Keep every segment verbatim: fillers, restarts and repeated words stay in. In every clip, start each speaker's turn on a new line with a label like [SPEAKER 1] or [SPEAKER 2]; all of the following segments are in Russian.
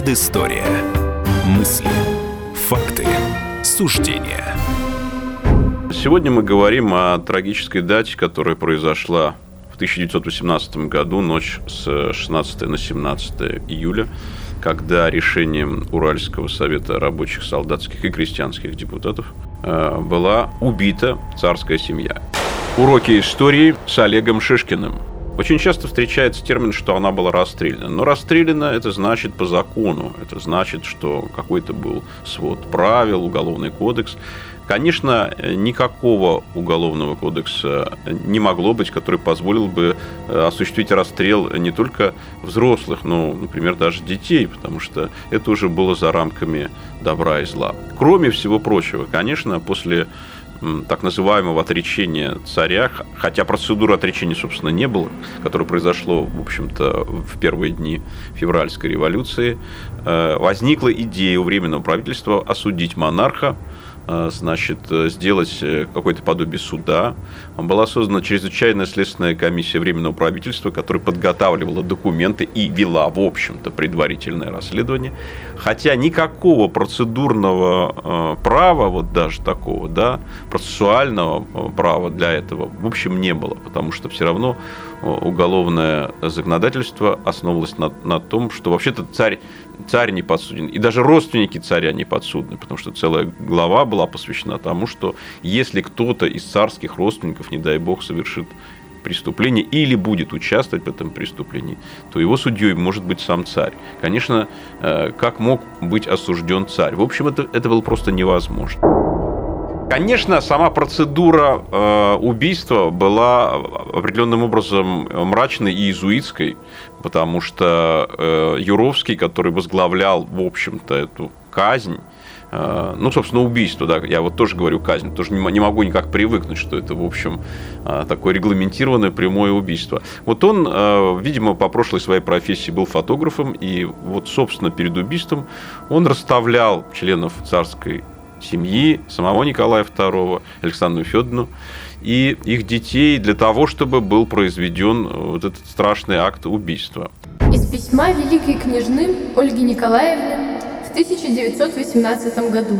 [SPEAKER 1] Предыстория. Мысли, факты, суждения.
[SPEAKER 2] Сегодня мы говорим о трагической дате, которая произошла в тысяча девятьсот восемнадцатом году, ночь с шестнадцатого на семнадцатое июля, когда решением Уральского совета рабочих, солдатских и крестьянских депутатов была убита царская семья. Уроки истории с Олегом Шишкиным. Очень часто встречается термин, что она была расстреляна. Но расстреляна – это значит по закону. Это значит, что какой-то был свод правил, уголовный кодекс. Конечно, никакого уголовного кодекса не могло быть, который позволил бы осуществить расстрел не только взрослых, но, например, даже детей, потому что это уже было за рамками добра и зла. Кроме всего прочего, конечно, после так называемого отречения царя, хотя процедуры отречения, собственно, не было, которое произошло, в общем-то, в первые дни февральской революции, возникла идея у Временного правительства осудить монарха, значит, сделать какое-то подобие суда. Была создана чрезвычайная следственная комиссия Временного правительства, которая подготавливала документы и вела, в общем-то, предварительное расследование. Хотя никакого процедурного права, вот даже такого, да, процессуального права для этого, в общем, не было, потому что все равно уголовное законодательство основывалось на, на том, что вообще-то царь, царь не подсуден, и даже родственники царя не подсудны, потому что целая глава была посвящена тому, что если кто-то из царских родственников, не дай бог, совершит преступление или будет участвовать в этом преступлении, то его судьей может быть сам царь. Конечно, как мог быть осужден царь? В общем, это, это было просто невозможно. Конечно, сама процедура э, убийства была определенным образом мрачной и иезуитской, потому что э, Юровский, который возглавлял, в общем-то, эту казнь, э, ну, собственно, убийство, да, я вот тоже говорю казнь, тоже не, не могу никак привыкнуть, что это, в общем, э, такое регламентированное прямое убийство. Вот он, э, видимо, по прошлой своей профессии был фотографом, и вот, собственно, перед убийством он расставлял членов царской семьи, самого Николая второго, Александру Федоровну и их детей для того, чтобы был произведен вот этот страшный акт убийства.
[SPEAKER 3] Из письма великой княжны Ольги Николаевны в тысяча девятьсот восемнадцатом году.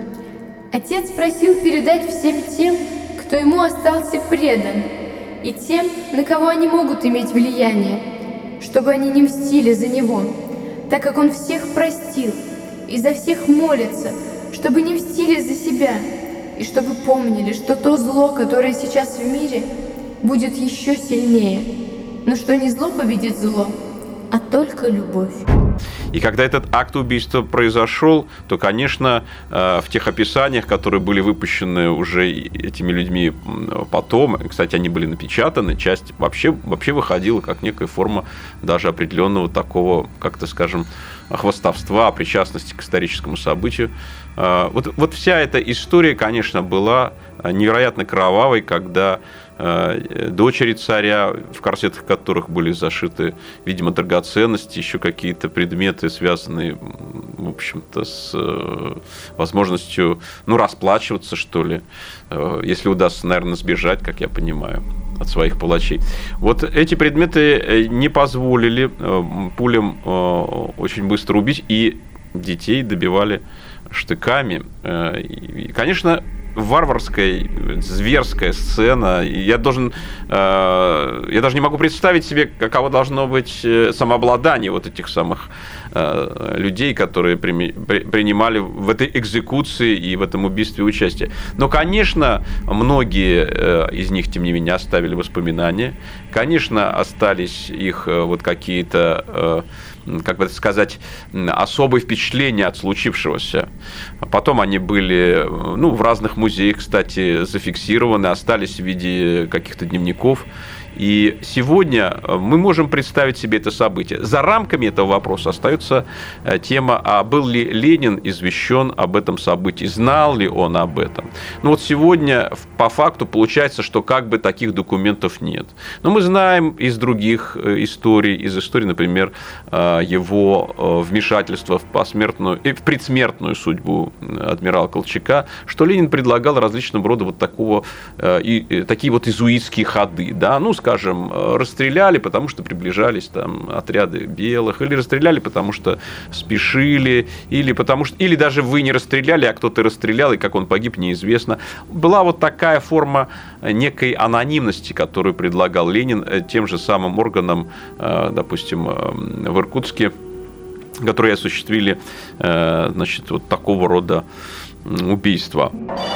[SPEAKER 3] Отец просил передать всем тем, кто ему остался предан, и тем, на кого они могут иметь влияние, чтобы они не мстили за него, так как он всех простил и за всех молится, чтобы не мстили за себя, и чтобы помнили, что то зло, которое сейчас в мире, будет еще сильнее, но что не зло победит зло, а только любовь.
[SPEAKER 2] И когда этот акт убийства произошел, то, конечно, в тех описаниях, которые были выпущены уже этими людьми потом, кстати, они были напечатаны, часть вообще, вообще выходила как некая форма даже определенного такого, как-то, скажем, хвастовства, причастности к историческому событию. Вот, вот вся эта история, конечно, была невероятно кровавой, когда дочери царя, в корсетах которых были зашиты, видимо, драгоценности, еще какие-то предметы, связанные, в общем-то, с возможностью, ну, расплачиваться, что ли, если удастся, наверное, сбежать, как я понимаю, от своих палачей. Вот эти предметы не позволили пулям очень быстро убить, и детей добивали штыками. И, конечно, варварская, зверская сцена. Я должен, я даже не могу представить себе, каково должно быть самообладание вот этих самых людей, которые принимали в этой экзекуции и в этом убийстве участие. Но, конечно, многие из них, тем не менее, оставили воспоминания. Конечно, остались их вот какие-то, как бы сказать, особые впечатления от случившегося. Потом они были, ну, в разных музеях, кстати, зафиксированы, остались в виде каких-то дневников. И сегодня мы можем представить себе это событие. За рамками этого вопроса остается тема, а был ли Ленин извещен об этом событии, знал ли он об этом. Ну вот сегодня по факту получается, что как бы таких документов нет. Но мы знаем из других историй, из истории, например, его вмешательства в посмертную, в предсмертную судьбу адмирала Колчака, что Ленин предлагал различного рода вот такого, и, такие вот иезуитские ходы, да, ну, скажем, расстреляли, потому что приближались там отряды белых, или расстреляли, потому что спешили, или потому что, или даже вы не расстреляли, а кто-то расстрелял, и как он погиб, неизвестно. Была вот такая форма некой анонимности, которую предлагал Ленин тем же самым органам, допустим, в Иркутске, которые осуществили, значит, вот такого рода убийства.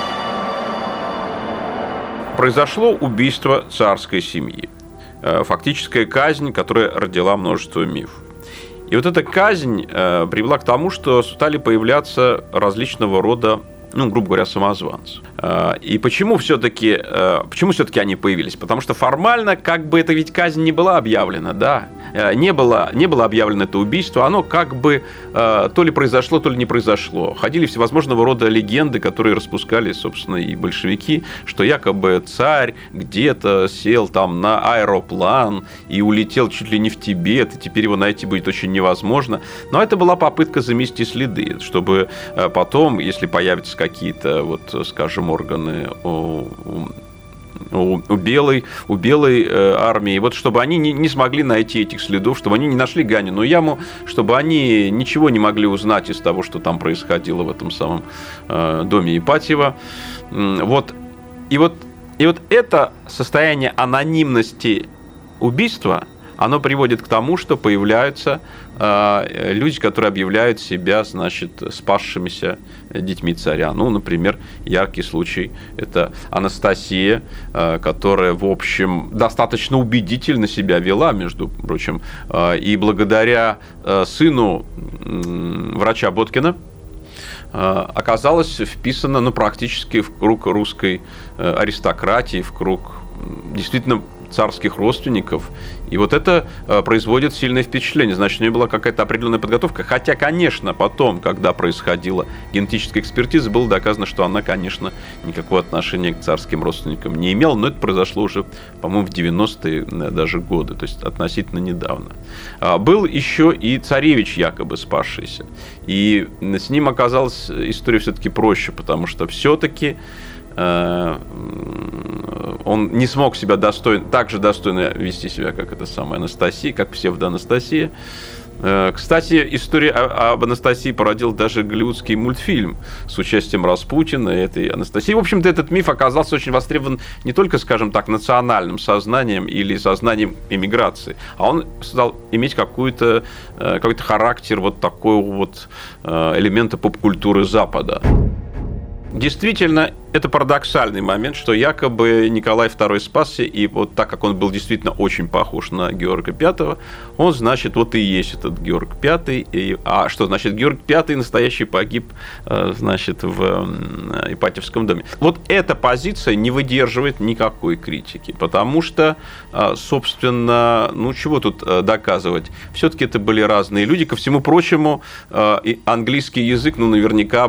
[SPEAKER 2] Произошло убийство царской семьи. Фактическая казнь, которая родила множество мифов. И вот эта казнь привела к тому, что стали появляться различного рода, ну, грубо говоря, самозванцы. И почему все-таки, почему все-таки они появились? Потому что формально, как бы, эта ведь казнь не была объявлена, да, не было, не было объявлено это убийство, оно как бы то ли произошло, то ли не произошло. Ходили всевозможного рода легенды, которые распускали, собственно, и большевики, что якобы царь где-то сел там на аэроплан и улетел чуть ли не в Тибет, и теперь его найти будет очень невозможно. Но это была попытка замести следы, чтобы потом, если появятся какие-то, вот, скажем, органы у, у, у белой, у белой э, армии, вот чтобы они не, не смогли найти этих следов, чтобы они не нашли Ганину яму, чтобы они ничего не могли узнать из того, что там происходило в этом самом э, доме Ипатьева. Вот. И, вот, и вот это состояние анонимности убийства, оно приводит к тому, что появляются э, люди, которые объявляют себя, значит, спасшимися детьми царя. Ну, например, яркий случай – это Анастасия, э, которая, в общем, достаточно убедительно себя вела, между прочим, э, и благодаря э, сыну э, врача Боткина э, оказалась вписана, ну, практически в круг русской э, аристократии, в круг действительно царских родственников. И вот это производит сильное впечатление. Значит, у нее была какая-то определенная подготовка. Хотя, конечно, потом, когда происходила генетическая экспертиза, было доказано, что она, конечно, никакого отношения к царским родственникам не имела. Но это произошло уже, по-моему, в девяностые даже годы, то есть относительно недавно. Был еще и царевич, якобы спасшийся. И с ним оказалась история все-таки проще, потому что все-таки он не смог себя достойно, так же достойно вести себя, как эта самая Анастасия, как псевдоанастасия. Кстати, история об Анастасии породил даже голливудский мультфильм с участием Распутина и этой Анастасии. В общем-то, этот миф оказался очень востребован не только, скажем так, национальным сознанием или сознанием эмиграции, а он стал иметь какой-то, какой-то характер вот такого вот элемента поп-культуры Запада. Действительно, это парадоксальный момент, что якобы Николай второй спасся, и вот так как он был действительно очень похож на Георга пятого, он, значит, вот и есть этот Георг пятый. И, а что значит Георг пятый настоящий погиб, значит, в Ипатьевском доме? Вот эта позиция не выдерживает никакой критики, потому что, собственно, ну чего тут доказывать? Все-таки это были разные люди. Ко всему прочему, английский язык, ну, наверняка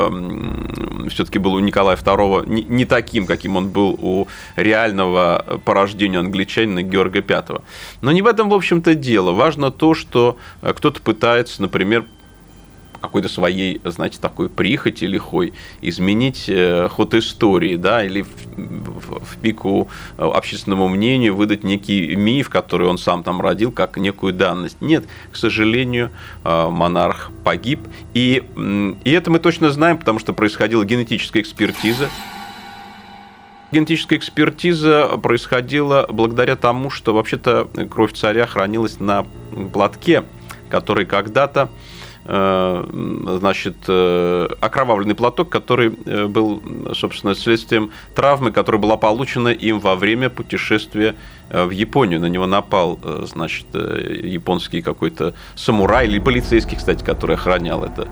[SPEAKER 2] бы все-таки был у Николая второго не, не таким, каким он был у реального по рождению англичанина Георга пятого. Но не в этом, в общем-то, дело. Важно то, что кто-то пытается, например, какой-то своей, знаете, такой прихоти лихой изменить ход истории, да, или в, в, в пику общественному мнению выдать некий миф, который он сам там родил, как некую данность. Нет, к сожалению, монарх погиб. И, и это мы точно знаем, потому что происходила генетическая экспертиза. Генетическая экспертиза происходила благодаря тому, что вообще-то кровь царя хранилась на платке, который когда-то, значит, окровавленный платок, который был, собственно, следствием травмы, которая была получена им во время путешествия в Японию. На него напал, значит, японский какой-то самурай или полицейский, кстати, который охранял это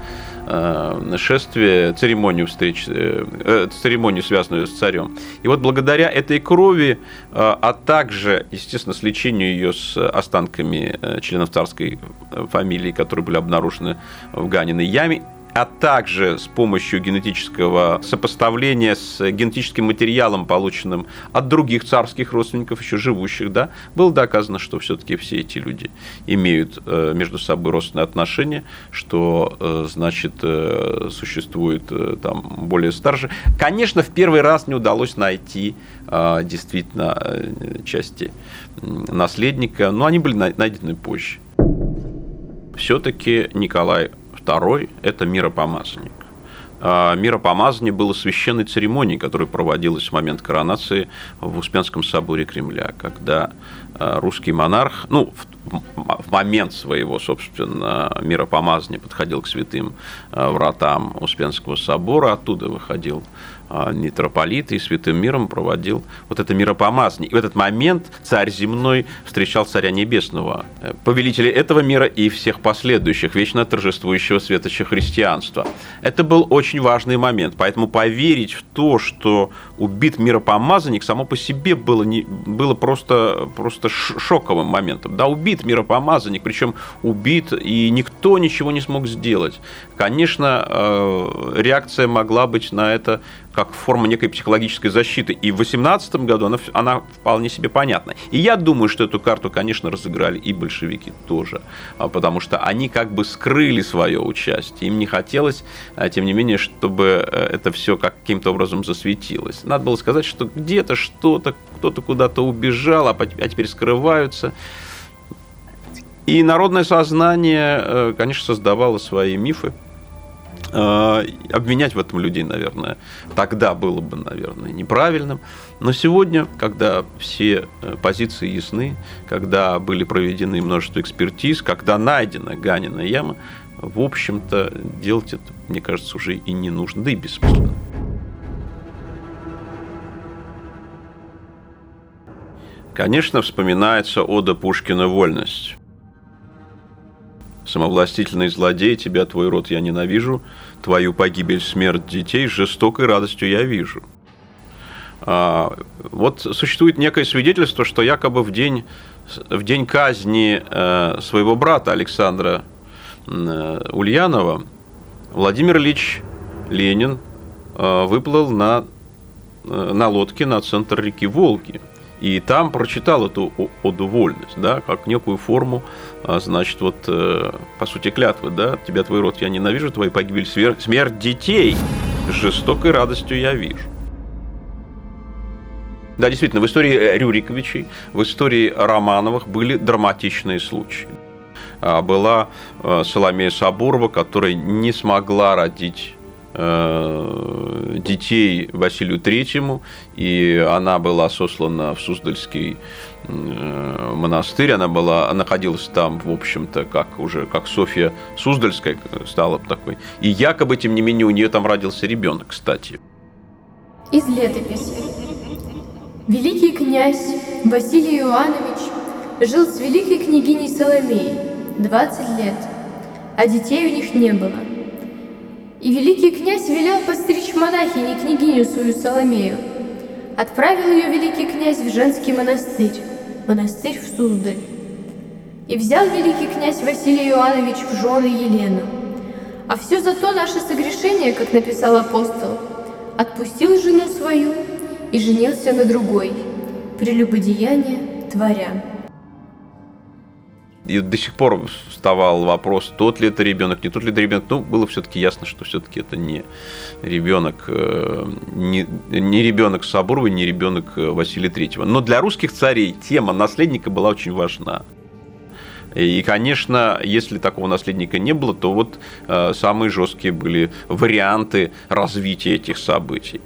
[SPEAKER 2] шествие, церемонию встреч, церемонию, связанную с царем. И вот благодаря этой крови, а также, естественно, сличению ее с останками членов царской фамилии, которые были обнаружены в Ганиной яме, а также с помощью генетического сопоставления с генетическим материалом, полученным от других царских родственников, еще живущих, да, было доказано, что все-таки все эти люди имеют между собой родственные отношения, что, значит, существует там более старше. Конечно, в первый раз не удалось найти действительно части наследника, но они были найдены позже. Все-таки Николай Второй – это миропомазанник. Миропомазание было священной церемонией, которая проводилась в момент коронации в Успенском соборе Кремля, когда русский монарх, ну, в момент своего, собственно, миропомазания подходил к святым вратам Успенского собора, оттуда выходил митрополит и святым миром проводил вот это миропомазание. И в этот момент царь земной встречал царя небесного, повелителя этого мира и всех последующих, вечно торжествующего светоча христианства. Это был очень важный момент, поэтому поверить в то, что убит миропомазанник, само по себе было, не, было просто, просто шоковым моментом. Да, убит миропомазанник, причем убит, и никто ничего не смог сделать. Конечно, реакция могла быть на это как форма некой психологической защиты. И в две тысячи восемнадцатом году она, она вполне себе понятна. И я думаю, что эту карту, конечно, разыграли и большевики тоже, потому что они как бы скрыли свое участие. Им не хотелось, тем не менее, чтобы это все каким-то образом засветилось. Надо было сказать, что где-то что-то, кто-то куда-то убежал, а теперь скрываются. И народное сознание, конечно, создавало свои мифы. Обвинять в этом людей, наверное, тогда было бы, наверное, неправильным. Но сегодня, когда все позиции ясны, когда были проведены множество экспертиз, когда найдена Ганина яма, в общем-то, делать это, мне кажется, уже и не нужно, да и бессмысленно. Конечно, вспоминается ода Пушкина «Вольность». Самовластительный злодей, тебя, твой род я ненавижу, твою погибель, смерть детей с жестокой радостью я вижу. А, вот существует некое свидетельство, что якобы в день, в день казни э, своего брата Александра э, Ульянова Владимир Ильич Ленин э, выплыл на, э, на лодке на центр реки Волги. И там прочитал эту оду «Вольность», да, как некую форму, значит, вот, по сути, клятвы, да, тебя, твой род я ненавижу, твою погибель, смерть детей с жестокой радостью я вижу. Да, действительно, в истории Рюриковичей, в истории Романовых были драматичные случаи. Была Соломея Сабурова, которая не смогла родить детей Василию Третьему, и она была сослана в Суздальский монастырь, она была, находилась там, в общем-то, как уже как Софья Суздальская стала такой, и якобы, тем не менее, у нее там родился ребенок, кстати.
[SPEAKER 3] Из летописи. Великий князь Василий Иоаннович жил с великой княгиней Соломеей двадцать лет, а детей у них не было. И великий князь велел постричь монахиней княгиню свою Соломею. Отправил ее великий князь в женский монастырь, монастырь в Суздаль. И взял великий князь Василий Иоаннович в жены Елену. А все за то наше согрешение, как написал апостол, отпустил жену свою и женился на другой, прелюбодеяние творя.
[SPEAKER 2] И до сих пор вставал вопрос, тот ли это ребенок, не тот ли это ребенок. Ну, было все-таки ясно, что все-таки это не ребенок, не, не ребенок Сабуровой, не ребенок Василия Третьего. Но для русских царей тема наследника была очень важна. И, конечно, если такого наследника не было, то вот самые жесткие были варианты развития этих событий.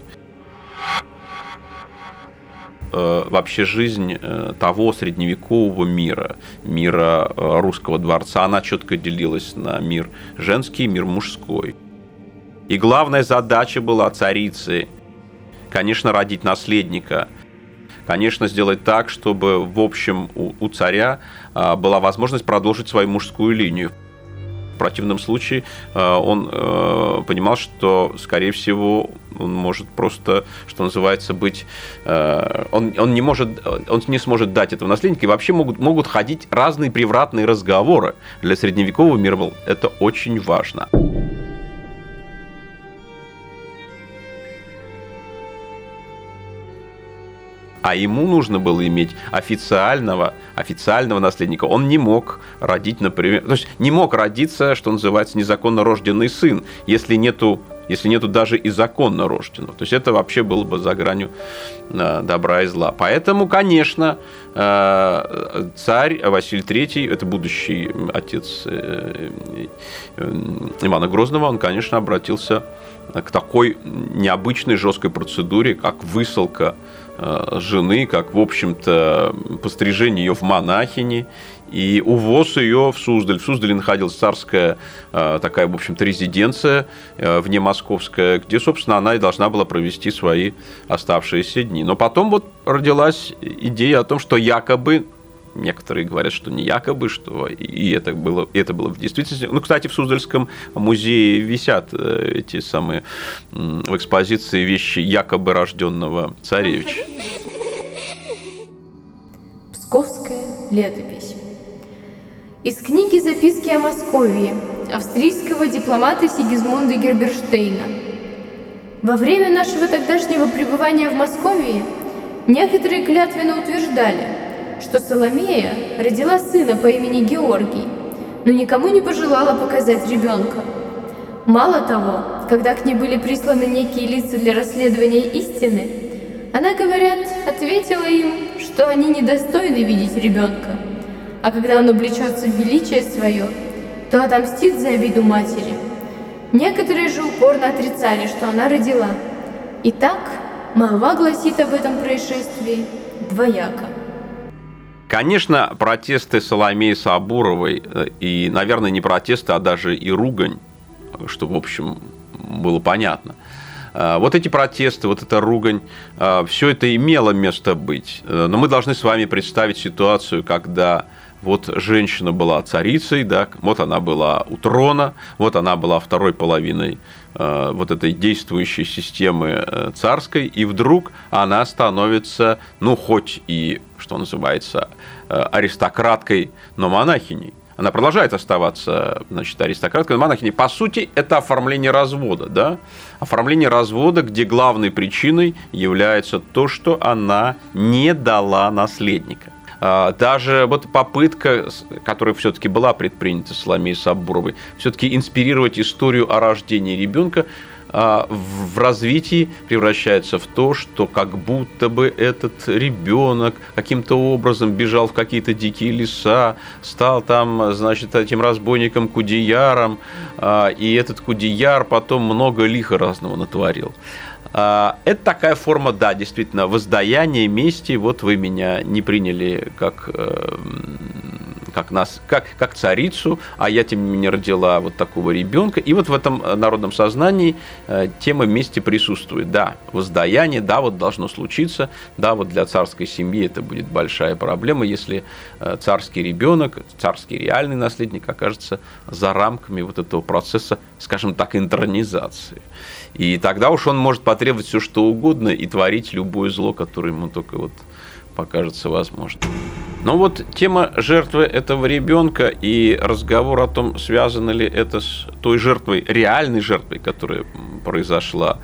[SPEAKER 2] Вообще жизнь того средневекового мира, мира русского дворца, она четко делилась на мир женский и мир мужской. И главная задача была царицы, конечно, родить наследника, конечно, сделать так, чтобы, в общем, у, у царя была возможность продолжить свою мужскую линию. В противном случае он понимал, что, скорее всего, он может просто, что называется, быть... Он, он, не может, он не сможет дать этого наследника. И вообще могут, могут ходить разные превратные разговоры. Для средневекового мира это очень важно. А ему нужно было иметь официального, официального наследника. Он не мог родить, например... То есть не мог родиться, что называется, незаконно рожденный сын, если нету, если нету даже и законно рожденного. То есть это вообще было бы за гранью э, добра и зла. Поэтому, конечно, э, царь Василий третий, это будущий отец э, э, Ивана Грозного, он, конечно, обратился к такой необычной жесткой процедуре, как высылка жены, как, в общем-то, пострижение ее в монахини и увоз ее в Суздаль. В Суздале находилась царская такая, в общем-то, резиденция внемосковская, где, собственно, она и должна была провести свои оставшиеся дни. Но потом вот родилась идея о том, что якобы, некоторые говорят, что не якобы, что и это было, и это было в действительности. Ну, кстати, в Суздальском музее висят эти самые в экспозиции вещи якобы рожденного царевича.
[SPEAKER 3] Псковская летопись. Из книги «Записки о Московии» австрийского дипломата Сигизмунда Герберштейна. Во время нашего тогдашнего пребывания в Московии некоторые клятвенно утверждали, что Соломея родила сына по имени Георгий, но никому не пожелала показать ребенка. Мало того, когда к ней были присланы некие лица для расследования истины, она, говорят, ответила им, что они недостойны видеть ребенка, а когда он облечется в величие свое, то отомстит за обиду матери. Некоторые же упорно отрицали, что она родила. Итак, молва гласит об этом происшествии двояко.
[SPEAKER 2] Конечно, протесты Соломеи Сабуровой, и, наверное, не протесты, а даже и ругань, что, в общем, было понятно. Вот эти протесты, вот эта ругань, все это имело место быть. Но мы должны с вами представить ситуацию, когда вот женщина была царицей, да, вот она была у трона, вот она была второй половиной вот этой действующей системы царской, и вдруг она становится, ну, хоть и, что называется, аристократкой, но монахиней. Она продолжает оставаться, значит, аристократкой, но монахиней. По сути, это оформление развода, да? Оформление развода, где главной причиной является то, что она не дала наследника. Даже вот попытка, которая все-таки была предпринята Соломеей Сабуровой, все-таки инспирировать историю о рождении ребенка в развитии превращается в то, что как будто бы этот ребенок каким-то образом бежал в какие-то дикие леса, стал там, значит, этим разбойником Кудеяром, и этот Кудеяр потом много лиха разного натворил. Это такая форма, да, действительно, воздаяния мести. Вот вы меня не приняли как, как, нас, как, как царицу, а я, тем не менее, родила вот такого ребенка. И вот в этом народном сознании тема мести присутствует. Да, воздаяние, да, вот должно случиться. Да, вот для царской семьи это будет большая проблема, если царский ребенок, царский реальный наследник окажется за рамками вот этого процесса, скажем так, интронизации. И тогда уж он может потребовать все, что угодно, и творить любое зло, которое ему только вот покажется возможным. Но вот тема жертвы этого ребенка и разговор о том, связано ли это с той жертвой, реальной жертвой, которая произошла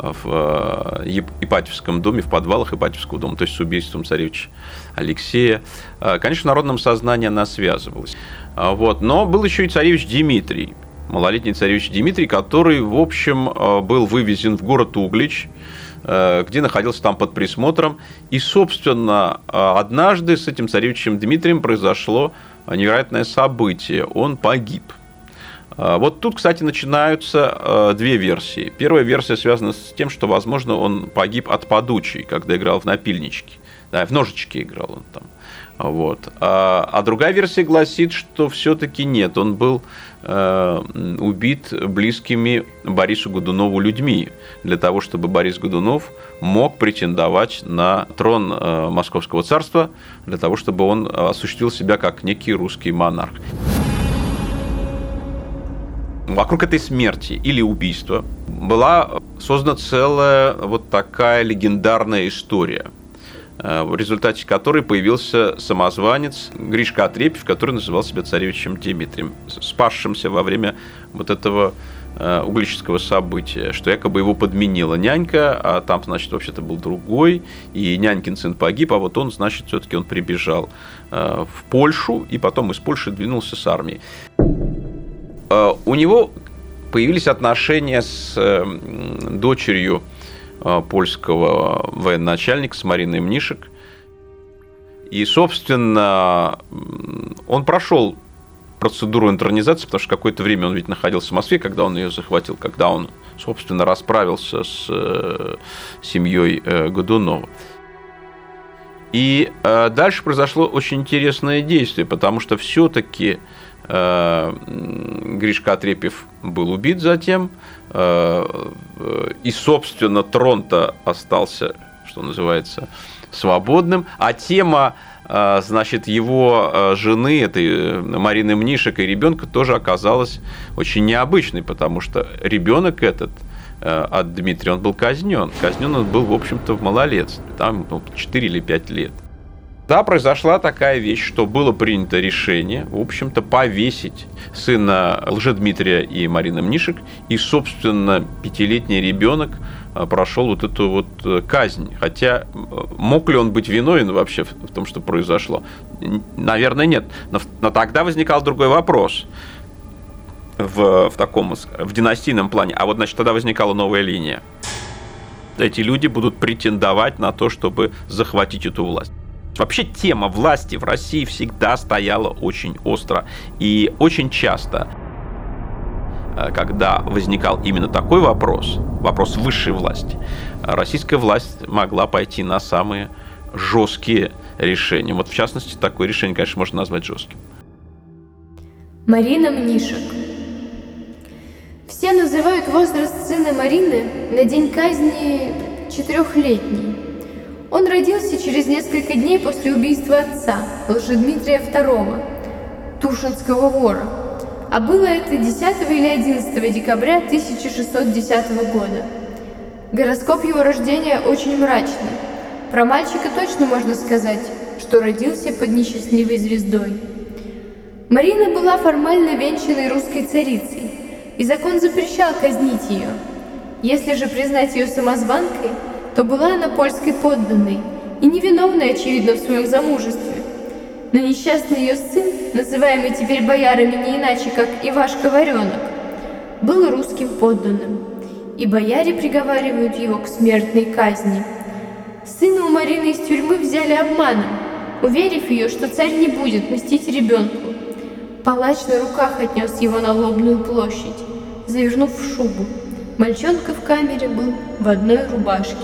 [SPEAKER 2] в Ипатьевском доме, в подвалах Ипатьевского дома, то есть с убийством царевича Алексея, конечно, в народном сознании она связывалась. Вот. Но был еще и царевич Дмитрий, малолетний царевич Дмитрий, который, в общем, был вывезен в город Углич, где находился там под присмотром. И, собственно, однажды с этим царевичем Дмитрием произошло невероятное событие. Он погиб. Вот тут, кстати, начинаются две версии. Первая версия связана с тем, что, возможно, он погиб от подучей, когда играл в напильничке. Да, в ножички играл он там. Вот. А, а другая версия гласит, что все-таки нет, он был э, убит близкими Борису Годунову людьми, для того, чтобы Борис Годунов мог претендовать на трон э, Московского царства, для того, чтобы он осуществил себя как некий русский монарх. Вокруг этой смерти или убийства была создана целая вот такая легендарная история, в результате которой появился самозванец Гришка Отрепьев, который называл себя царевичем Дмитрием, спасшимся во время вот этого углического события, что якобы его подменила нянька, а там, значит, вообще-то был другой, и нянькин сын погиб, а вот он, значит, все-таки он прибежал в Польшу, и потом из Польши двинулся с армией. У него появились отношения с дочерью польского военачальника, с Мариной Мнишек, и, собственно, он прошел процедуру интернизации, потому что какое-то время он ведь находился в Москве, когда он ее захватил, когда он, собственно, расправился с э, семьей э, Годунова. И э, дальше произошло очень интересное действие, потому что все-таки э, Гришка Отрепьев был убит затем, э, э, и, собственно, трон-то остался, что называется, свободным, а тема, значит, его жены, этой Марины Мнишек, и ребенка тоже оказалась очень необычной, потому что ребенок этот от Дмитрия, он был казнен. Казнен он был, в общем-то, в малолетстве, там ну, четыре или пять лет. Да, произошла такая вещь, что было принято решение, в общем-то, повесить сына Лжедмитрия и Марины Мнишек, и, собственно, пятилетний ребенок прошел вот эту вот казнь. Хотя мог ли он быть виновен вообще в том, что произошло? Наверное, нет. Но, но тогда возникал другой вопрос в, в таком, в династийном плане. А вот, значит, тогда возникала новая линия. Эти люди будут претендовать на то, чтобы захватить эту власть. Вообще тема власти в России всегда стояла очень остро. И очень часто, когда возникал именно такой вопрос, вопрос высшей власти, российская власть могла пойти на самые жесткие решения. Вот в частности, такое решение, конечно, можно назвать жестким.
[SPEAKER 3] Марина Мнишек. Все называют возраст сына Марины на день казни четырехлетний. Он родился через несколько дней после убийства отца, Лжедмитрия второго, Тушинского вора. А было это десятого или одиннадцатого декабря тысяча шестьсот десятого года. Гороскоп его рождения очень мрачный. Про мальчика точно можно сказать, что родился под несчастливой звездой. Марина была формально венчанной русской царицей, и закон запрещал казнить ее. Если же признать ее самозванкой, то была она польской подданной и невиновной, очевидно, в своем замужестве. Но несчастный ее сын, называемый теперь боярами не иначе, как Ивашка Варенок, был русским подданным, и бояре приговаривают его к смертной казни. Сына у Марины из тюрьмы взяли обманом, уверив ее, что царь не будет мстить ребенку. Палач на руках отнес его на Лобную площадь, завернув в шубу. Мальчонка в камере был в одной рубашке.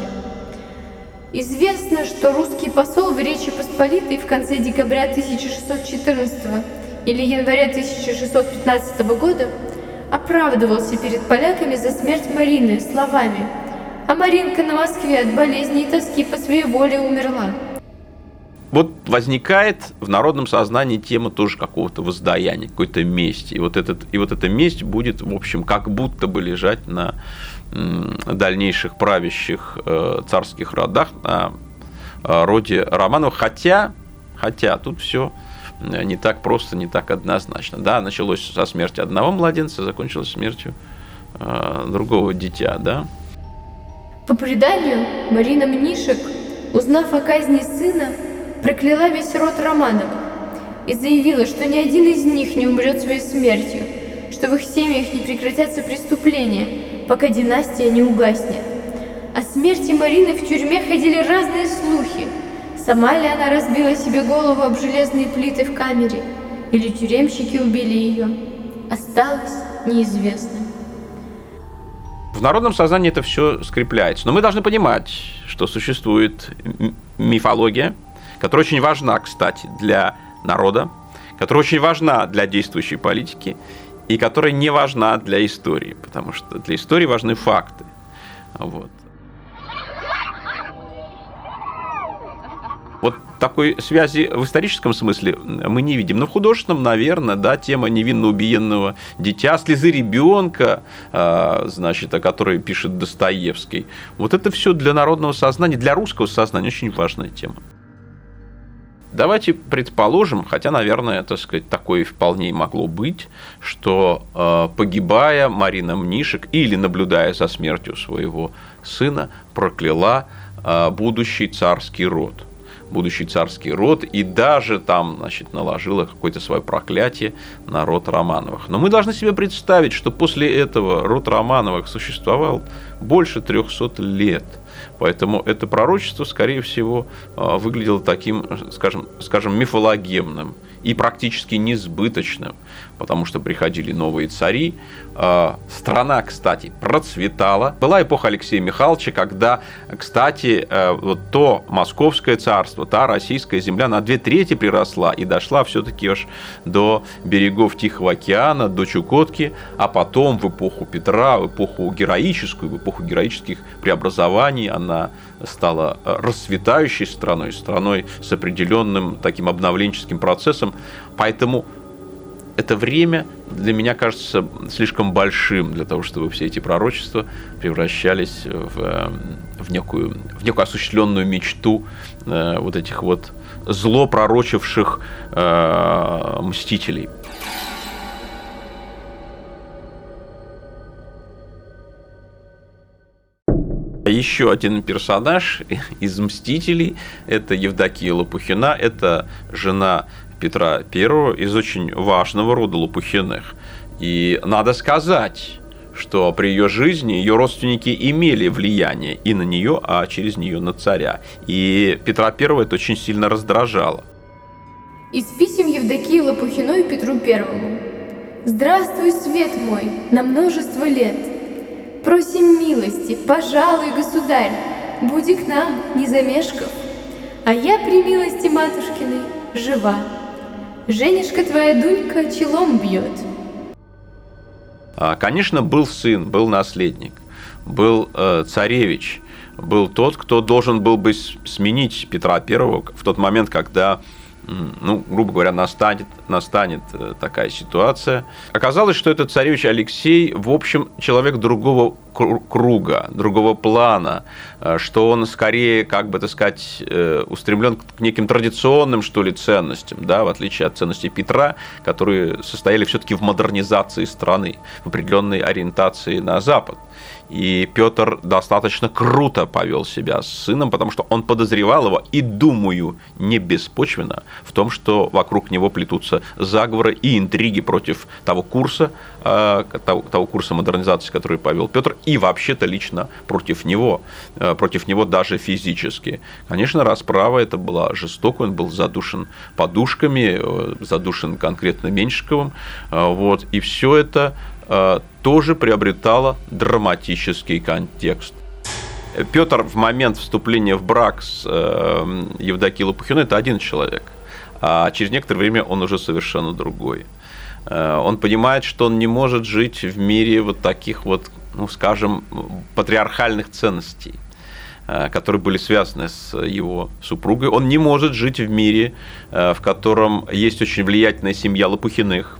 [SPEAKER 3] Известно, что русский посол в Речи Посполитой в конце декабря тысяча шестьсот четырнадцатого или января тысяча шестьсот пятнадцатого года оправдывался перед поляками за смерть Марины словами: «А Маринка на Москве от болезни и тоски по своей воле умерла».
[SPEAKER 2] Вот возникает в народном сознании тема тоже какого-то воздаяния, какой-то мести. И вот, этот, и вот эта месть будет, в общем, как будто бы лежать на дальнейших правящих царских родах, на роде Романовых. Хотя, хотя тут все не так просто, не так однозначно. Да, началось со смерти одного младенца, закончилось смертью другого дитя, да.
[SPEAKER 3] По преданию, Марина Мнишек, узнав о казни сына, прокляла весь род Романовых и заявила, что ни один из них не умрет своей смертью, что в их семьях не прекратятся преступления, пока династия не угаснет. О смерти Марины в тюрьме ходили разные слухи. Сама ли она разбила себе голову об железные плиты в камере, или тюремщики убили ее, осталось неизвестным.
[SPEAKER 2] В народном сознании это все скрепляется. Но мы должны понимать, что существует мифология, которая очень важна, кстати, для народа, которая очень важна для действующей политики и которая не важна для истории, потому что для истории важны факты. Вот. Вот такой связи в историческом смысле мы не видим. Но в художественном, наверное, да, тема невинно убиенного дитя, слезы ребенка, значит, о которой пишет Достоевский. Вот это все для народного сознания, для русского сознания очень важная тема. Давайте предположим, хотя, наверное, так сказать, такое вполне могло быть, что, погибая, Марина Мнишек или наблюдая за смертью своего сына, прокляла будущий царский род. будущий царский род, и даже там, значит, наложила какое-то свое проклятие на род Романовых. Но мы должны себе представить, что после этого род Романовых существовал больше трехсот лет. Поэтому это пророчество, скорее всего, выглядело таким, скажем, скажем, мифологемным и практически несбыточным, потому что приходили новые цари. Страна, кстати, процветала. Была эпоха Алексея Михайловича, когда, кстати, вот то Московское царство, та российская земля на две трети приросла и дошла все-таки аж до берегов Тихого океана, до Чукотки, а потом в эпоху Петра, в эпоху героическую, в эпоху героических преобразований она стала расцветающей страной, страной с определенным таким обновленческим процессом. Поэтому это время для меня кажется слишком большим для того, чтобы все эти пророчества превращались в, в, некую, в некую осуществленную мечту э, вот этих вот зло пророчивших э, мстителей. Еще один персонаж из «Мстителей» – это Евдокия Лопухина, это жена Петра Первого из очень важного рода Лопухиных. И надо сказать, что при ее жизни ее родственники имели влияние и на нее, а через нее на царя. И Петра Первого это очень сильно раздражало.
[SPEAKER 3] Из писем Евдокии Лопухиной Петру Первому. «Здравствуй, свет мой, на множество лет. Просим милости, пожалуй, государь, буди к нам, не замешкав. А я при милости матушкиной жива. Женишка твоя Дунька челом бьет».
[SPEAKER 2] Конечно, был сын, был наследник, был э, царевич, был тот, кто должен был бы сменить Петра Первого в тот момент, когда, ну, грубо говоря, настанет, настанет такая ситуация. Оказалось, что этот царевич Алексей, в общем, человек другого круга, другого плана, что он скорее, как бы так сказать, устремлен к неким традиционным, что ли, ценностям, да, в отличие от ценностей Петра, которые состояли все-таки в модернизации страны, в определенной ориентации на Запад. И Петр достаточно круто повел себя с сыном, потому что он подозревал его, и, думаю, не беспочвенно, в том, что вокруг него плетутся заговоры и интриги против того курса, того, того курса модернизации, который повел Петр, и вообще-то лично против него, против него даже физически. Конечно, расправа это была жестокая, он был задушен подушками, задушен конкретно Меньшиковым, вот, и все это тоже приобретало драматический контекст. Петр в момент вступления в брак с Евдокией Лопухиной – это один человек, а через некоторое время он уже совершенно другой. Он понимает, что он не может жить в мире вот таких вот, ну, скажем, патриархальных ценностей, которые были связаны с его супругой. Он не может жить в мире, в котором есть очень влиятельная семья Лопухиных,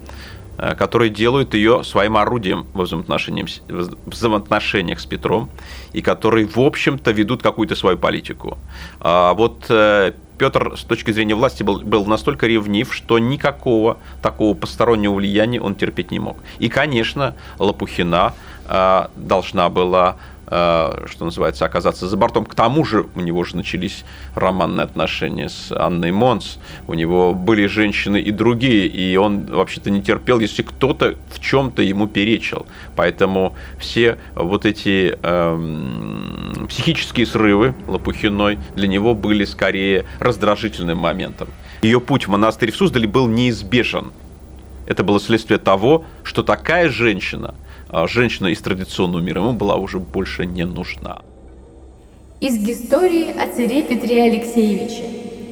[SPEAKER 2] которые делают ее своим орудием во взаимоотношениях с Петром и которые, в общем-то, ведут какую-то свою политику. А вот Петр с точки зрения власти был, был настолько ревнив, что никакого такого постороннего влияния он терпеть не мог. И, конечно, Лопухина а, должна была, а, что называется, оказаться за бортом. К тому же у него же начались романные отношения с Анной Монс, у него были женщины и другие, и он вообще-то не терпел, если кто-то в чем-то ему перечил. Поэтому все вот эти э, психические срывы Лопухиной для него были скорее раздражительным моментом. Ее путь в монастырь в Суздале был неизбежен. Это было следствие того, что такая женщина, женщина из традиционного мира, ему была уже больше не нужна.
[SPEAKER 3] Из истории о царе Петре Алексеевиче.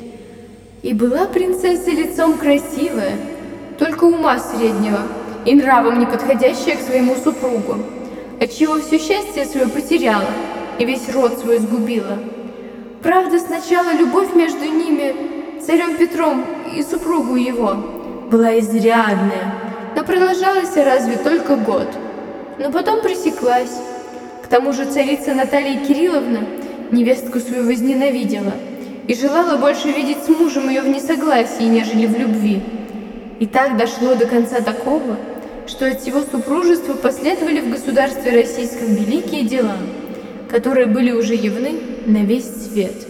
[SPEAKER 3] И была принцесса лицом красивая, только ума среднего и нравом не подходящая к своему супругу, отчего все счастье свое потеряла и весь род свой сгубила. Правда, сначала любовь между ними, царем Петром и супругу его, была изрядная, но продолжалась разве только год. Но потом пресеклась. К тому же царица Наталья Кирилловна невестку свою возненавидела и желала больше видеть с мужем ее в несогласии, нежели в любви. И так дошло до конца такого, что от всего супружества последовали в государстве российском великие дела, которые были уже явны на весь свет.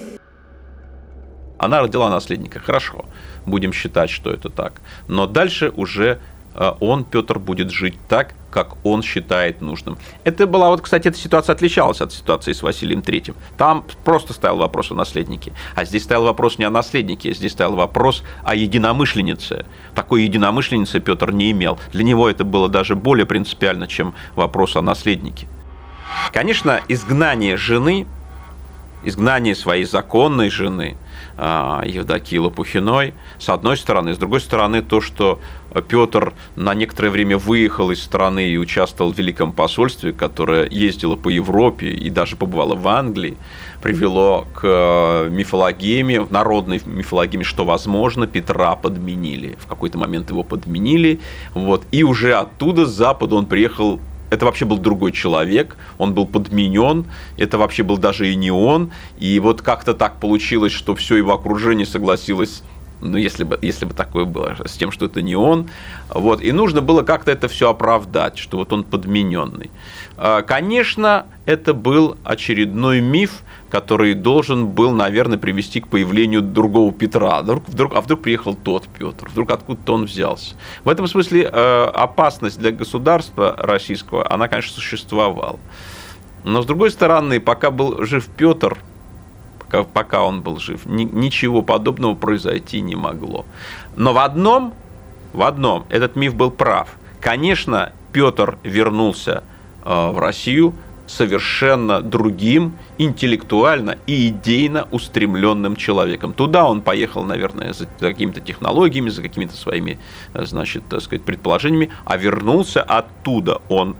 [SPEAKER 2] Она родила наследника, хорошо, будем считать, что это так. Но дальше уже он, Петр, будет жить так, как он считает нужным. Это была, вот, кстати, эта ситуация отличалась от ситуации с Василием третьим. Там просто стоял вопрос о наследнике. А здесь стоял вопрос не о наследнике, здесь стоял вопрос о единомышленнице. Такой единомышленницы Петр не имел. Для него это было даже более принципиально, чем вопрос о наследнике. Конечно, изгнание жены, изгнание своей законной жены, Евдокии Лопухиной, с одной стороны. С другой стороны, то, что Петр на некоторое время выехал из страны и участвовал в Великом посольстве, которое ездило по Европе и даже побывало в Англии, привело к мифологеме, народной мифологеме, что, возможно, Петра подменили. В какой-то момент его подменили. Вот, и уже оттуда, с запада, он приехал. Это вообще был другой человек, он был подменен, это вообще был даже и не он. И вот как-то так получилось, что все его окружение согласилось, ну, если бы, если бы такое было, с тем, что это не он. Вот. И нужно было как-то это все оправдать, что вот он подмененный. Конечно, это был очередной миф, который должен был, наверное, привести к появлению другого Петра. Вдруг, вдруг, а вдруг приехал тот Петр, вдруг откуда-то он взялся. В этом смысле опасность для государства российского, она, конечно, существовала. Но, с другой стороны, пока был жив Петр, пока, пока он был жив, ни, ничего подобного произойти не могло. Но в одном, в одном этот миф был прав. Конечно, Петр вернулся в Россию совершенно другим, интеллектуально и идейно устремленным человеком. Туда он поехал, наверное, за какими-то технологиями, за какими-то своими, значит, так сказать, предположениями, а вернулся оттуда он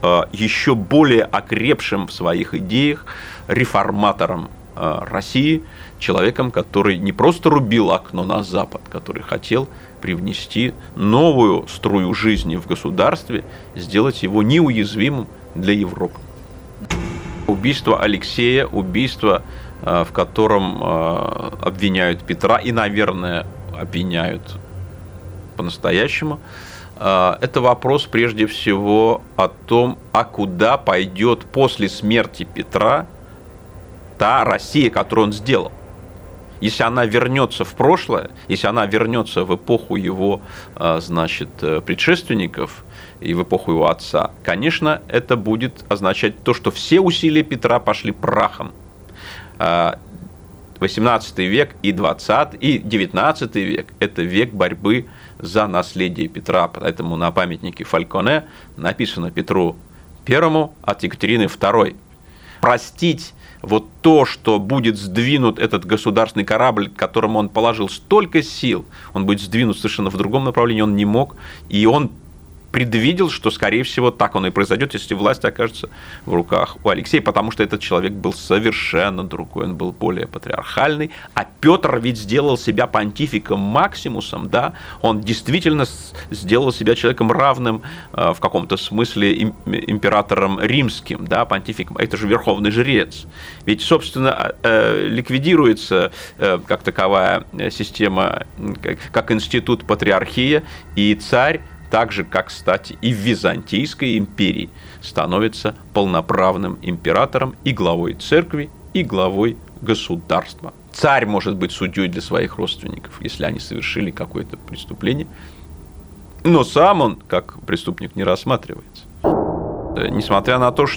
[SPEAKER 2] еще более окрепшим в своих идеях, реформатором России, человеком, который не просто рубил окно на Запад, который хотел привнести новую струю жизни в государстве, сделать его неуязвимым для Европы. Убийство Алексея, убийство, в котором обвиняют Петра и, наверное, обвиняют по-настоящему, это вопрос прежде всего о том, а куда пойдет после смерти Петра та Россия, которую он сделал. Если она вернется в прошлое, если она вернется в эпоху его, значит, предшественников и в эпоху его отца, конечно, это будет означать то, что все усилия Петра пошли прахом. восемнадцатый век и двадцатый, и девятнадцатый век – это век борьбы за наследие Петра. Поэтому на памятнике Фальконе написано Петру Первому от Екатерины Второй. Простить вот то, что будет сдвинут этот государственный корабль, к которому он положил столько сил, он будет сдвинут совершенно в другом направлении, он не мог, и он предвидел, что, скорее всего, так оно и произойдет, если власть окажется в руках у Алексея, потому что этот человек был совершенно другой, он был более патриархальный, а Петр ведь сделал себя понтификом Максимусом, да, он действительно сделал себя человеком равным в каком-то смысле императором римским, да, понтификом, это же верховный жрец, ведь, собственно, ликвидируется как таковая система, как институт патриархия, и царь, так же, как, кстати, и в Византийской империи, становится полноправным императором и главой церкви, и главой государства. Царь может быть судьей для своих родственников, если они совершили какое-то преступление, но сам он, как преступник, не рассматривается. Несмотря на то,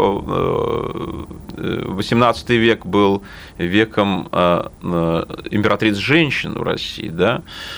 [SPEAKER 2] что восемнадцатый век был веком императриц женщин в России, да,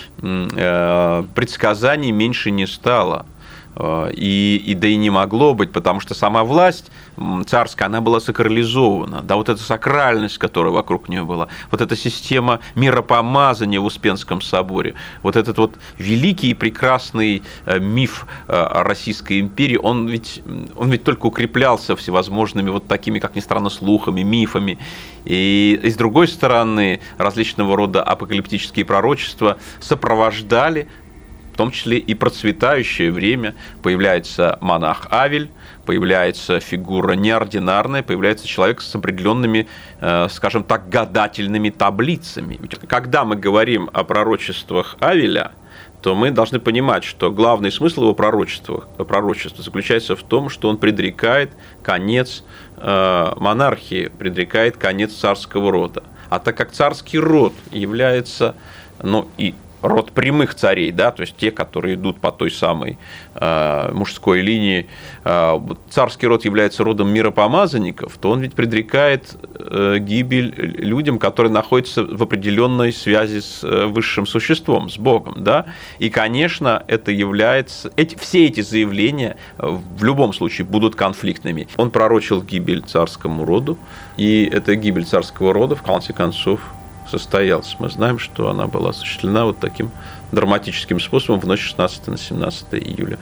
[SPEAKER 2] предсказаний меньше не стало. И, и да и не могло быть, потому что сама власть царская, она была сакрализована. Да, вот эта сакральность, которая вокруг нее была, вот эта система миропомазания в Успенском соборе, вот этот вот великий и прекрасный миф Российской империи, он ведь, он ведь только укреплялся всевозможными вот такими, как ни странно, слухами, мифами. И, и с другой стороны, различного рода апокалиптические пророчества сопровождали в том числе и процветающее время, появляется монах Авель, появляется фигура неординарная, появляется человек с определенными, скажем так, гадательными таблицами. Ведь когда мы говорим о пророчествах Авеля, то мы должны понимать, что главный смысл его пророчества, пророчества заключается в том, что он предрекает конец монархии, предрекает конец царского рода. А так как царский род является, ну, и род прямых царей, да, то есть те, которые идут по той самой э, мужской линии, э, царский род является родом миропомазанников, то он ведь предрекает э, гибель людям, которые находятся в определенной связи с э, высшим существом, с Богом, да, и, конечно, это является, эти, все эти заявления в любом случае будут конфликтными. Он пророчил гибель царскому роду, и эта гибель царского рода, в конце концов, состоялась. Мы знаем, что она была осуществлена вот таким драматическим способом в ночь с шестнадцатого на семнадцатое июля.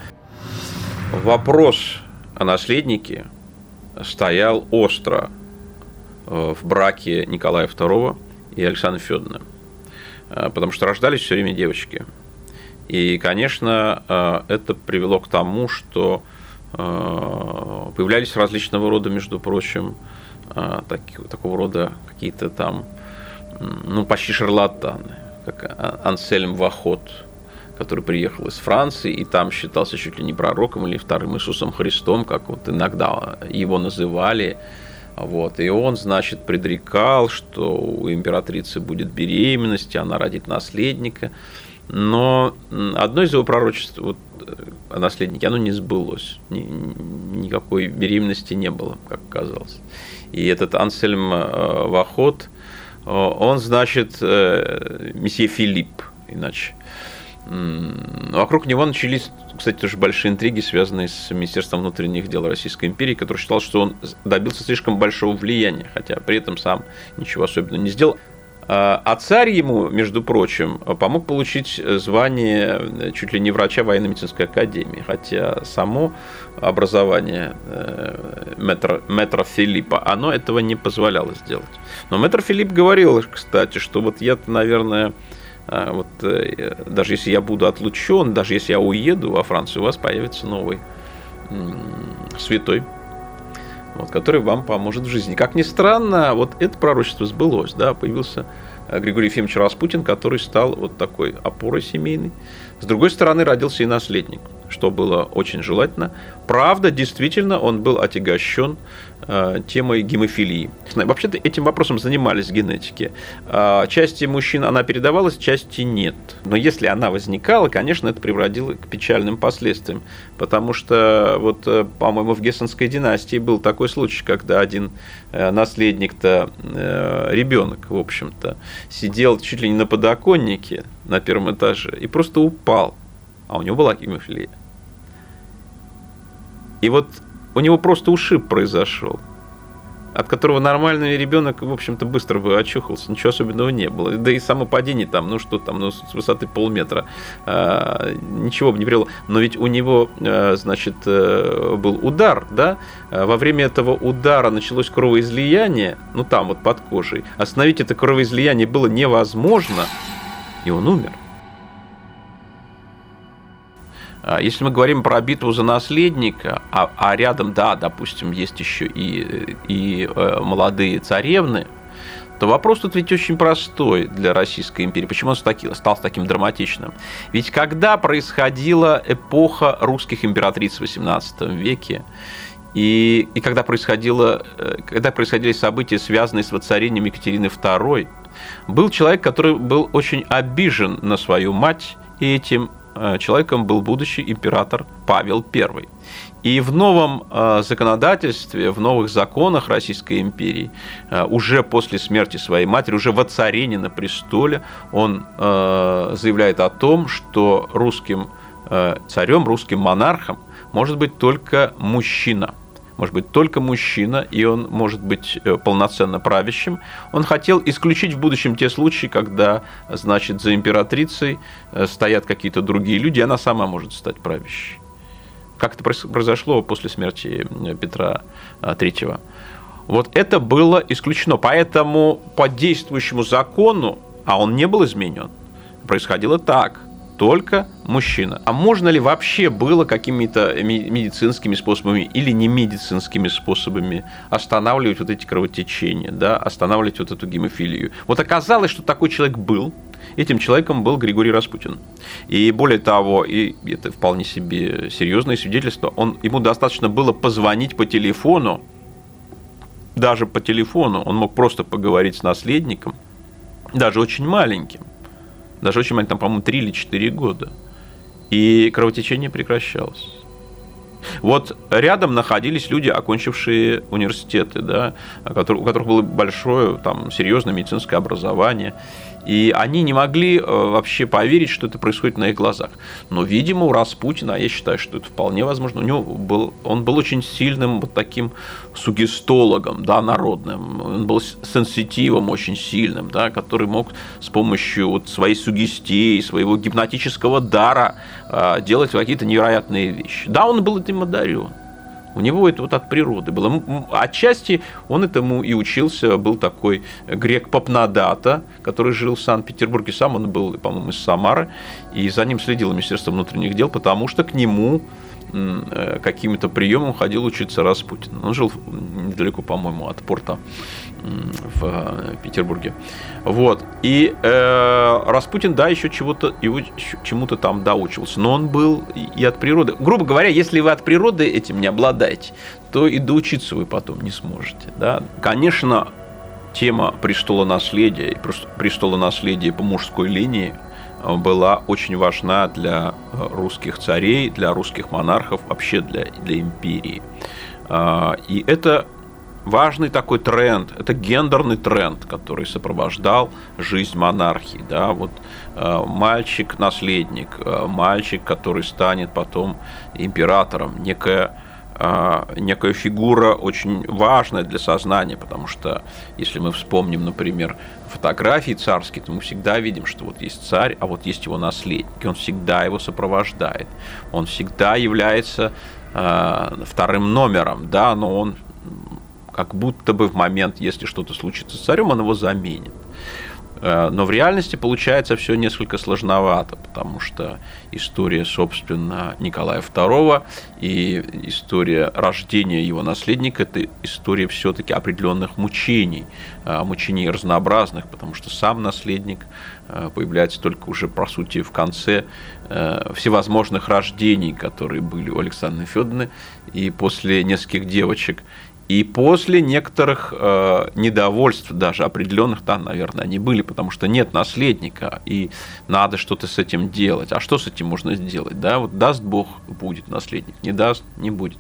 [SPEAKER 2] Вопрос о наследнике стоял остро в браке Николая второго и Александры Федоровны, потому что рождались все время девочки. И, конечно, это привело к тому, что появлялись различного рода, между прочим, такого рода какие-то там, ну, почти шарлатаны, как Ансельм Вахот, который приехал из Франции, и там считался чуть ли не пророком или вторым Иисусом Христом, как вот иногда его называли. Вот. И он, значит, предрекал, что у императрицы будет беременность, и она родит наследника. Но одно из его пророчеств вот, о наследнике, оно не сбылось. Ни, никакой беременности не было, как оказалось. И этот Ансельм Вахот, он, значит, месье Филипп, иначе. Вокруг него начались, кстати, тоже большие интриги, связанные с Министерством внутренних дел Российской империи, который считал, что он добился слишком большого влияния, хотя при этом сам ничего особенного не сделал. А царь ему, между прочим, помог получить звание чуть ли не врача военно-медицинской академии, хотя само образование мэтра, мэтра Филиппа, оно этого не позволяло сделать. Но мэтр Филипп говорил, кстати, что вот я-то, наверное, вот, даже если я буду отлучен, даже если я уеду во Францию, у вас появится новый святой, вот, который вам поможет в жизни. Как ни странно, вот это пророчество сбылось, да, появился Григорий Ефимович Распутин, который стал вот такой опорой семейной. С другой стороны, родился и наследник, что было очень желательно. Правда, действительно, он был отягощен э, темой гемофилии. Вообще-то этим вопросом занимались генетики. Э, части мужчин она передавалась, части нет. Но если она возникала, конечно, это приводило к печальным последствиям. Потому что, вот, по-моему, в Гессенской династии был такой случай, когда один э, наследник-то, э, ребенок, в общем-то, сидел чуть ли не на подоконнике на первом этаже и просто упал. А у него была гемофилия. И вот у него просто ушиб произошел, от которого нормальный ребенок, в общем-то, быстро бы очухался, ничего особенного не было. Да и само падение там, ну что там, ну с высоты полметра, э, ничего бы не привело. Но ведь у него, э, значит, э, был удар, да, во время этого удара началось кровоизлияние, ну там вот под кожей. Остановить это кровоизлияние было невозможно, и он умер. Если мы говорим про битву за наследника, а, а рядом, да, допустим, есть еще и, и э, молодые царевны, то вопрос тут ведь очень простой для Российской империи. Почему он стал таким драматичным? Ведь когда происходила эпоха русских императриц в восемнадцатом веке, и, и когда, происходило, когда происходили события, связанные с воцарением Екатерины второй, был человек, который был очень обижен на свою мать, и этим человеком был будущий император Павел Первый. И в новом законодательстве, в новых законах Российской империи, уже после смерти своей матери, уже воцарение на престоле, он заявляет о том, что русским царем, русским монархом может быть только мужчина. Может быть только мужчина, и он может быть полноценно правящим. Он хотел исключить в будущем те случаи, когда, значит, за императрицей стоят какие-то другие люди, и она сама может стать правящей. Как это произошло после смерти Петра Третьего. Вот это было исключено. Поэтому по действующему закону, а он не был изменен, происходило так. только мужчина. А можно ли вообще было какими-то медицинскими способами или не медицинскими способами останавливать вот эти кровотечения, да, останавливать вот эту гемофилию? Вот оказалось, что такой человек был. Этим человеком был Григорий Распутин. И более того, и это вполне себе серьезное свидетельство, он, ему достаточно было позвонить по телефону, даже по телефону, он мог просто поговорить с наследником, даже очень маленьким, даже очень маленьким, там, по-моему, три или четыре года, и кровотечение прекращалось. Вот рядом находились люди, окончившие университеты, да, у которых было большое, там, серьезное медицинское образование, и они не могли вообще поверить, что это происходит на их глазах. Но, видимо, у Распутина, а я считаю, что это вполне возможно, у него был, он был очень сильным вот таким сугестологом, да, народным, он был сенситивом очень сильным, да, который мог с помощью вот своей сугестии, своего гипнотического дара делать какие-то невероятные вещи. Да, он был этим одарен. У него это вот от природы было. Отчасти он этому и учился. Был такой грек Папнодата, который жил в Санкт-Петербурге. Сам он был, по-моему, из Самары. И за ним следило Министерство внутренних дел, потому что к нему каким-то приемом ходил учиться Распутин. Он жил недалеко, по-моему, от порта в Петербурге. Вот. И э, Распутин, да, еще чего-то, его чему-то там доучился. Но он был и от природы. Грубо говоря, если вы от природы этим не обладаете, то и доучиться вы потом не сможете. Да? Конечно, тема престолонаследия и престолонаследия по мужской линии была очень важна для русских царей, для русских монархов, вообще для, для империи. И это важный такой тренд, это гендерный тренд, который сопровождал жизнь монархии. Да? Вот, мальчик-наследник, мальчик, который станет потом императором, некая некая фигура очень важная для сознания, потому что если мы вспомним, например, фотографии царские, то мы всегда видим, что вот есть царь, а вот есть его наследник, и он всегда его сопровождает, он всегда является э, вторым номером, да, но он как будто бы в момент, если что-то случится с царем, он его заменит. Но в реальности получается все несколько сложновато, потому что история, собственно, Николая второго и история рождения его наследника – это история все-таки определенных мучений, мучений разнообразных, потому что сам наследник появляется только уже, по сути, в конце всевозможных рождений, которые были у Александры Федоровны, и после нескольких девочек. И после некоторых э, недовольств, даже определенных, там, наверное, они были, потому что нет наследника, и надо что-то с этим делать. А что с этим можно сделать? Да? Вот даст Бог, будет наследник, не даст, не будет.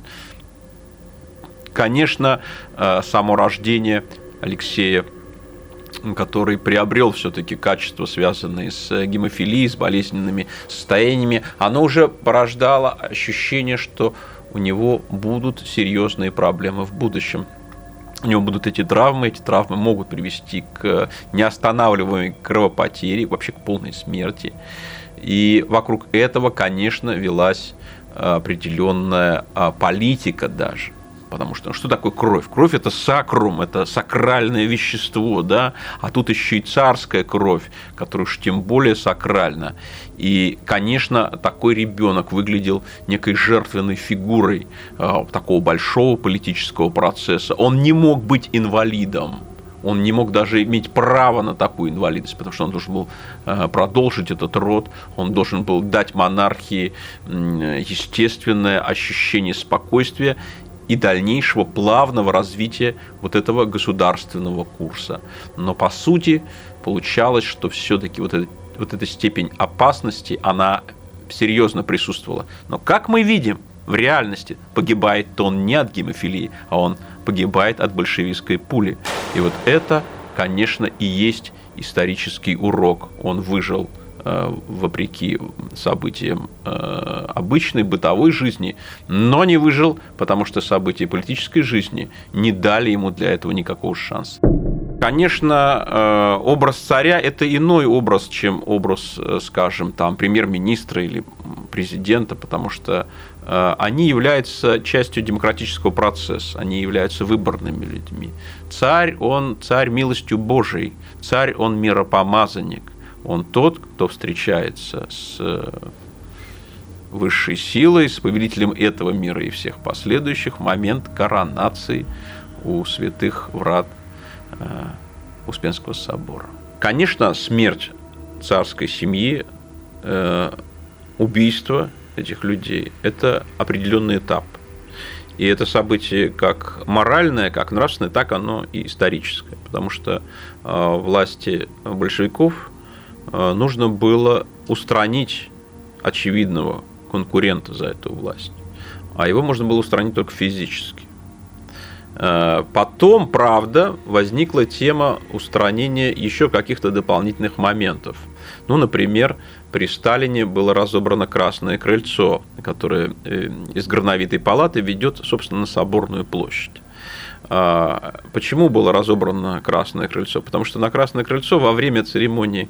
[SPEAKER 2] Конечно, э, само рождение Алексея, который приобрел все-таки качества, связанные с гемофилией, с болезненными состояниями, оно уже порождало ощущение, что у него будут серьезные проблемы в будущем. У него будут эти травмы, эти травмы могут привести к неостанавливаемой кровопотере, вообще к полной смерти. И вокруг этого, конечно, велась определенная политика даже. Потому что ну, что такое кровь? Кровь – это сакрум, это сакральное вещество, да? А тут еще и царская кровь, которая уж тем более сакральна. И, конечно, такой ребенок выглядел некой жертвенной фигурой э, такого большого политического процесса. Он не мог быть инвалидом. Он не мог даже иметь право на такую инвалидность, потому что он должен был продолжить этот род, он должен был дать монархии естественное ощущение спокойствия и дальнейшего плавного развития вот этого государственного курса. Но по сути получалось, что все-таки вот, это, вот эта степень опасности, она серьезно присутствовала. Но как мы видим, в реальности погибает-то он не от гемофилии, а он погибает от большевистской пули. И вот это, конечно, и есть исторический урок. Он выжил вопреки событиям обычной бытовой жизни, но не выжил, потому что события политической жизни не дали ему для этого никакого шанса. Конечно, образ царя – это иной образ, чем образ, скажем, там, премьер-министра или президента, потому что они являются частью демократического процесса, они являются выборными людьми. Царь, он царь милостью Божией, царь, он миропомазанник. Он тот, кто встречается с высшей силой, с повелителем этого мира и всех последующих в момент коронации у святых врат э, Успенского собора. Конечно, смерть царской семьи, э, убийство этих людей – это определенный этап. И это событие как моральное, как нравственное, так оно и историческое. Потому что э, власти большевиков э, нужно было устранить очевидного конкурента за эту власть. А его можно было устранить только физически. Э, потом, правда, возникла тема устранения еще каких-то дополнительных моментов. Ну, например, при Сталине было разобрано Красное крыльцо, которое из Горновитой палаты ведет, собственно, на Соборную площадь. Почему было разобрано Красное крыльцо? Потому что на Красное крыльцо во время церемонии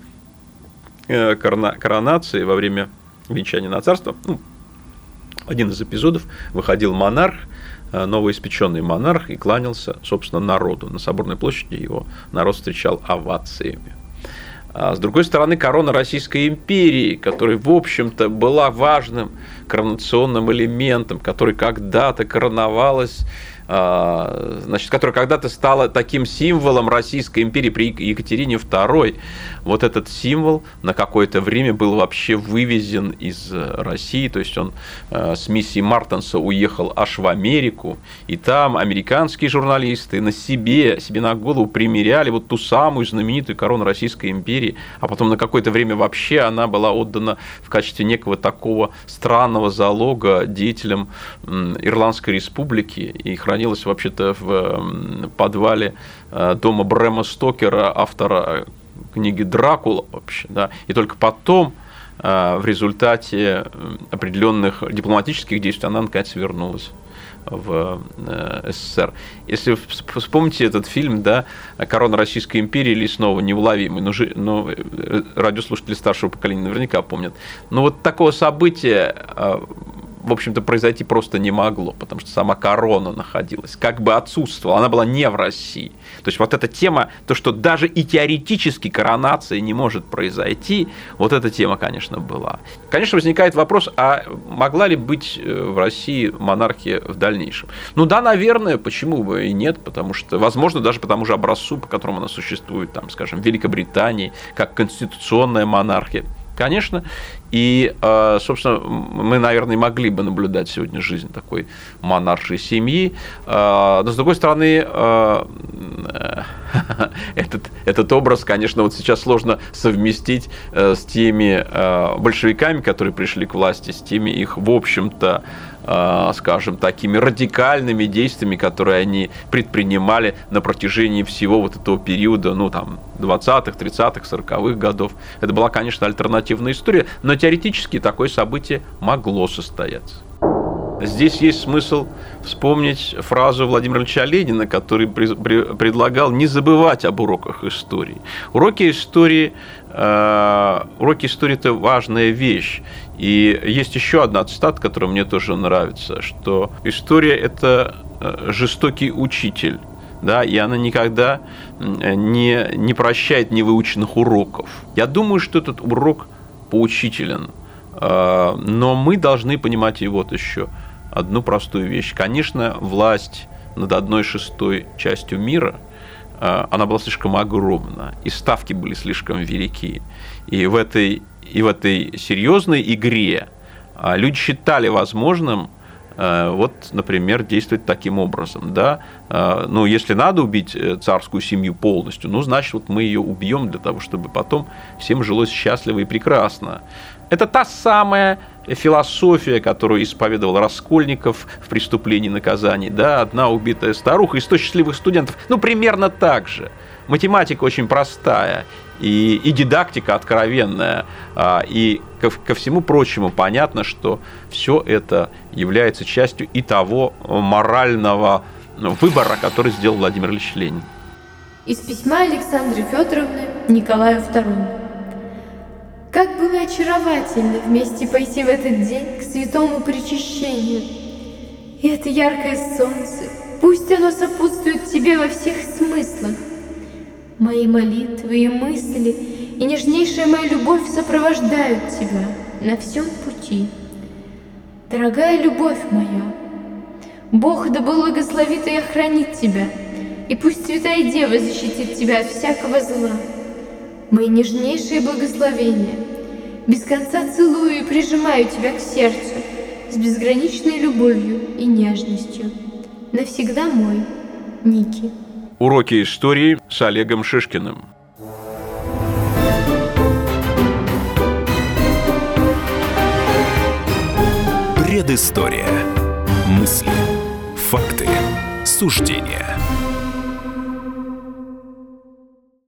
[SPEAKER 2] коронации, во время венчания на царство, ну, один из эпизодов, выходил монарх, новоиспеченный монарх, и кланялся, собственно, народу. На Соборной площади его народ встречал овациями. А с другой стороны, корона Российской империи, которая, в общем-то, была важным коронационным элементом, который когда-то короновалась, значит, которая когда-то стала таким символом Российской империи при Екатерине второй. Вот этот символ на какое-то время был вообще вывезен из России, то есть он с миссией Мартенса уехал аж в Америку, и там американские журналисты на себе, себе на голову примеряли вот ту самую знаменитую корону Российской империи, а потом на какое-то время вообще она была отдана в качестве некого такого странного залога деятелям Ирландской республики и хранилась вообще-то в подвале дома Брэма Стокера, автора книги «Дракула» вообще, да, и только потом в результате определенных дипломатических действий она наконец вернулась в СССР. Если вспомните этот фильм, да, «Корона Российской империи» или снова «Неуловимый», но, но радиослушатели старшего поколения наверняка помнят. Но вот такого события, в общем-то, произойти просто не могло, потому что сама корона находилась, как бы отсутствовала, она была не в России. То есть вот эта тема, то, что даже и теоретически коронация не может произойти, вот эта тема, конечно, была. Конечно, возникает вопрос, а могла ли быть в России монархия в дальнейшем? Ну да, наверное, почему бы и нет, потому что, возможно, даже по тому же образцу, по которому она существует, там, скажем, в Великобритании, как конституционная монархия. Конечно, и, собственно, мы, наверное, могли бы наблюдать сегодня жизнь такой монаршей семьи, но, с другой стороны, этот, этот образ, конечно, вот сейчас сложно совместить с теми большевиками, которые пришли к власти, с теми их, в общем-то, скажем, такими радикальными действиями, которые они предпринимали на протяжении всего вот этого периода, ну, там, двадцатых, тридцатых, сороковых годов. Это была, конечно, альтернативная история, но теоретически такое событие могло состояться. Здесь есть смысл вспомнить фразу Владимира Ильича Ленина, который предлагал не забывать об уроках истории. Уроки истории, э, уроки истории – это важная вещь. И есть еще одна цитата, которая мне тоже нравится, что история – это жестокий учитель, да, и она никогда не, не прощает невыученных уроков. Я думаю, что этот урок поучителен, но мы должны понимать и вот еще одну простую вещь. Конечно, власть над одной шестой частью мира, она была слишком огромна, и ставки были слишком велики. И в этой, и в этой серьезной игре люди считали возможным, вот, например, действовать таким образом. Да? Ну, если надо убить царскую семью полностью, ну, значит, вот мы ее убьем для того, чтобы потом всем жилось счастливо и прекрасно. Это та самая философия, которую исповедовал Раскольников в «Преступлении и наказании». Да? Одна убитая старуха и сто счастливых студентов. Ну, примерно так же. Математика очень простая, и, и дидактика откровенная, и ко, ко всему прочему понятно, что все это является частью и того морального выбора, который сделал Владимир Ильич Ленин.
[SPEAKER 3] Из письма Александры Федоровны Николаю второму. Как было очаровательно вместе пойти в этот день к святому причащению. И это яркое солнце, пусть оно сопутствует тебе во всех смыслах. Мои молитвы и мысли и нежнейшая моя любовь сопровождают тебя на всем пути. Дорогая любовь моя, Бог да благословит и охранит тебя, и пусть Святая Дева защитит тебя от всякого зла. Мои нежнейшие благословения, без конца целую и прижимаю тебя к сердцу с безграничной любовью и нежностью. Навсегда мой, Ники.
[SPEAKER 2] Уроки истории с Олегом Шишкиным.
[SPEAKER 1] Предыстория. Мысли, факты, суждения.